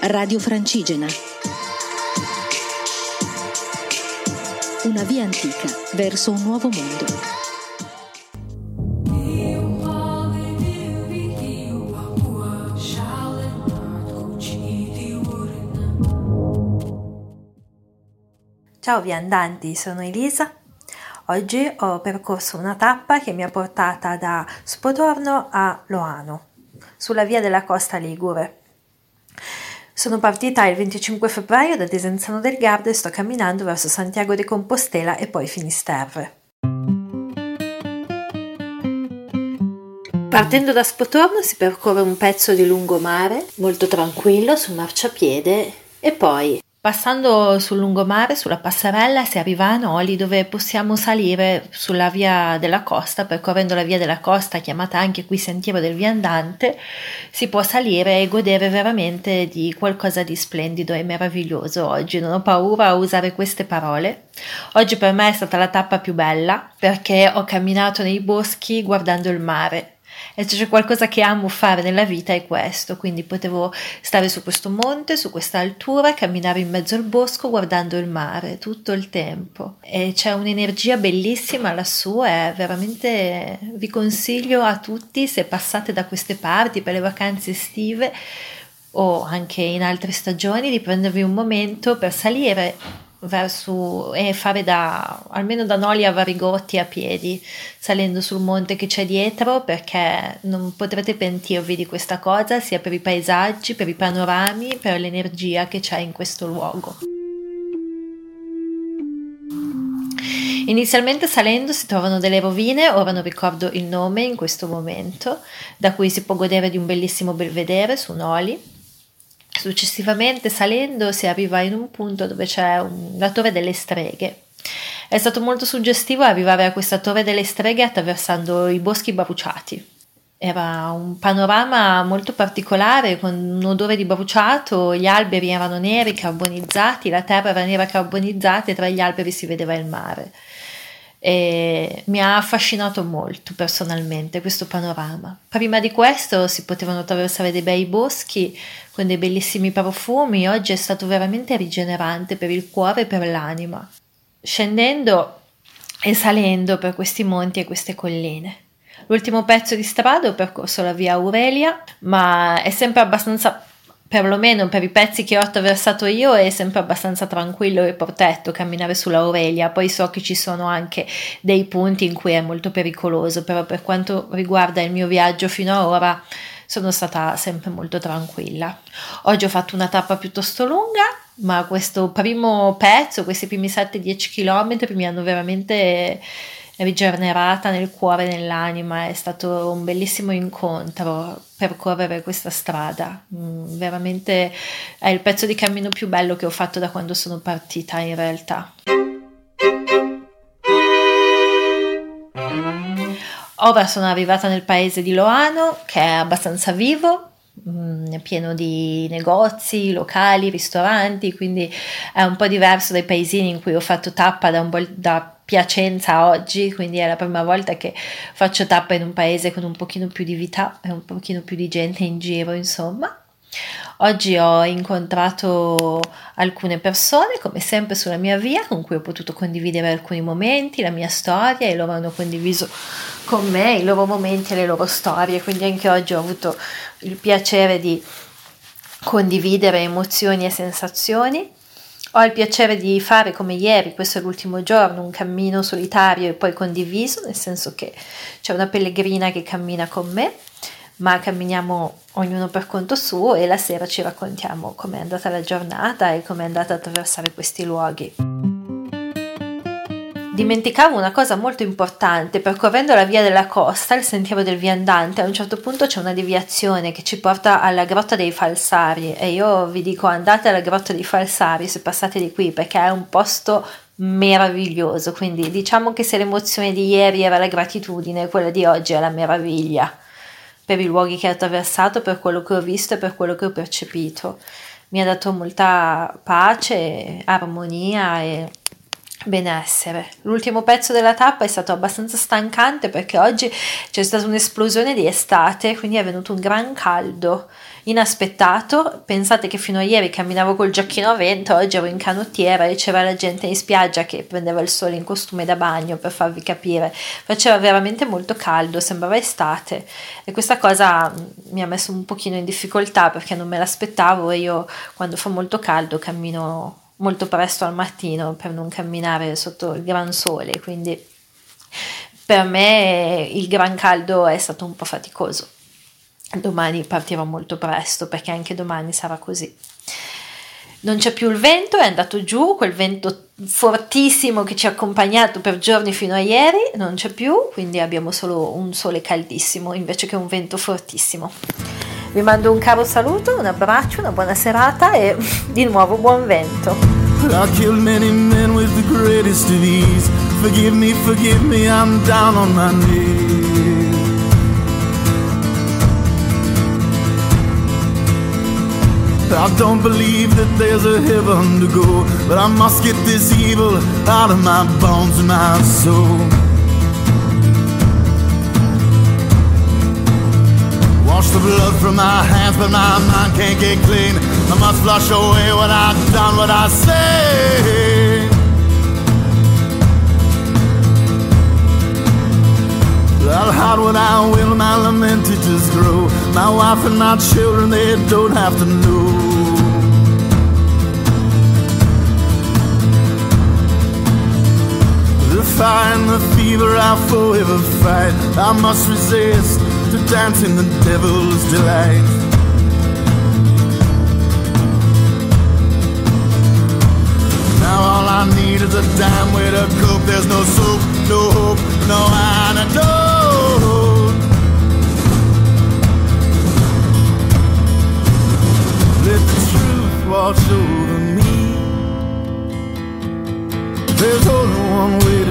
Radio Francigena. Una via antica verso un nuovo mondo. Ciao viandanti, sono Elisa. Oggi ho percorso una tappa che mi ha portata da Spotorno a Loano, sulla via della costa ligure. Sono partita il 25 febbraio da Desenzano del Garda e sto camminando verso Santiago de Compostela e poi Finisterre. Partendo da Spotorno si percorre un pezzo di lungomare molto tranquillo sul marciapiede e poi passando sul lungomare, sulla passerella, si arriva a Noli, dove possiamo salire sulla via della costa. Percorrendo la via della costa, chiamata anche qui Sentiero del Viandante, si può salire e godere veramente di qualcosa di splendido e meraviglioso. Oggi non ho paura a usare queste parole. Oggi per me è stata la tappa più bella, perché ho camminato nei boschi guardando il mare. E se c'è qualcosa che amo fare nella vita è questo, quindi potevo stare su questo monte, su questa altura, camminare in mezzo al bosco guardando il mare tutto il tempo. E c'è un'energia bellissima lassù e veramente vi consiglio a tutti, se passate da queste parti per le vacanze estive o anche in altre stagioni, di prendervi un momento per salire verso e fare almeno da Noli a Varigotti a piedi, salendo sul monte che c'è dietro, perché non potrete pentirvi di questa cosa, sia per i paesaggi, per i panorami, per l'energia che c'è in questo luogo. Inizialmente salendo si trovano delle rovine, ora non ricordo il nome in questo momento, da cui si può godere di un bellissimo belvedere su Noli. Successivamente salendo si arriva in un punto dove c'è la Torre delle Streghe. È stato molto suggestivo arrivare a questa Torre delle Streghe attraversando i boschi bruciati. Era un panorama molto particolare, con un odore di bruciato, gli alberi erano neri, carbonizzati, la terra era nera carbonizzata e tra gli alberi si vedeva il mare. E mi ha affascinato molto personalmente questo panorama. Prima di questo si potevano attraversare dei bei boschi con dei bellissimi profumi. Oggi è stato veramente rigenerante per il cuore e per l'anima, scendendo e salendo per questi monti e queste colline. L'ultimo pezzo di strada ho percorso la via Aurelia, ma è sempre abbastanza, perlomeno per i pezzi che ho attraversato io, è sempre abbastanza tranquillo e protetto camminare sulla Aurelia. Poi so che ci sono anche dei punti in cui è molto pericoloso, però per quanto riguarda il mio viaggio fino ad ora sono stata sempre molto tranquilla. Oggi ho fatto una tappa piuttosto lunga, ma questo primo pezzo, questi primi 7-10 km mi hanno veramente rigenerata nel cuore e nell'anima. È stato un bellissimo incontro percorrere questa strada, veramente è il pezzo di cammino più bello che ho fatto da quando sono partita in realtà. Ora sono arrivata nel paese di Loano, che è abbastanza vivo, è pieno di negozi, locali, ristoranti, quindi è un po' diverso dai paesini in cui ho fatto tappa da Piacenza a oggi, quindi è la prima volta che faccio tappa in un paese con un pochino più di vita e un pochino più di gente in giro, insomma. Oggi ho incontrato alcune persone, come sempre sulla mia via, con cui ho potuto condividere alcuni momenti, la mia storia, e loro hanno condiviso con me i loro momenti e le loro storie, quindi anche oggi ho avuto il piacere di condividere emozioni e sensazioni. Ho il piacere di fare, come ieri, questo è l'ultimo giorno, un cammino solitario e poi condiviso, nel senso che c'è una pellegrina che cammina con me, ma camminiamo ognuno per conto suo e la sera ci raccontiamo com'è andata la giornata e com'è andata a attraversare questi luoghi. Dimenticavo una cosa molto importante: percorrendo la via della costa, il sentiero del viandante, a un certo punto c'è una deviazione che ci porta alla Grotta dei Falsari, e io vi dico: andate alla Grotta dei Falsari se passate di qui, perché è un posto meraviglioso. Quindi diciamo che se l'emozione di ieri era la gratitudine, quella di oggi è la meraviglia per i luoghi che ho attraversato, per quello che ho visto e per quello che ho percepito. Mi ha dato molta pace, armonia e benessere. L'ultimo pezzo della tappa è stato abbastanza stancante perché oggi c'è stata un'esplosione di estate, quindi è venuto un gran caldo inaspettato. Pensate che fino a ieri camminavo col giacchino a vento, oggi ero in canottiera e c'era la gente in spiaggia che prendeva il sole in costume da bagno, per farvi capire. Faceva veramente molto caldo, sembrava estate, e questa cosa mi ha messo un pochino in difficoltà perché non me l'aspettavo, e io quando fa molto caldo cammino molto presto al mattino per non camminare sotto il gran sole, quindi per me il gran caldo è stato un po' faticoso. Domani partirò molto presto perché anche domani sarà così. Non c'è più il vento, è andato giù, quel vento fortissimo che ci ha accompagnato per giorni fino a ieri non c'è più, quindi abbiamo solo un sole caldissimo invece che un vento fortissimo. Vi mando un caro saluto, un abbraccio, una buona serata e di nuovo buon vento. I killed many men with the greatest of ease. Forgive me, I'm down on my knees. I don't believe that there's a heaven to go, but I must get this evil out of my bones and my soul. Wash the blood from my hands, but my mind can't get clean. I must flush away what I've done, what I say. I'll hide what I will, my lament it just grow. My wife and my children, they don't have to know. The fire and the fever I'll forever fight. I must resist to dance in the devil's delight. Now all I need is a damn way to cope. There's no soap, no hope, no antidote. Let the truth wash over me. There's only one way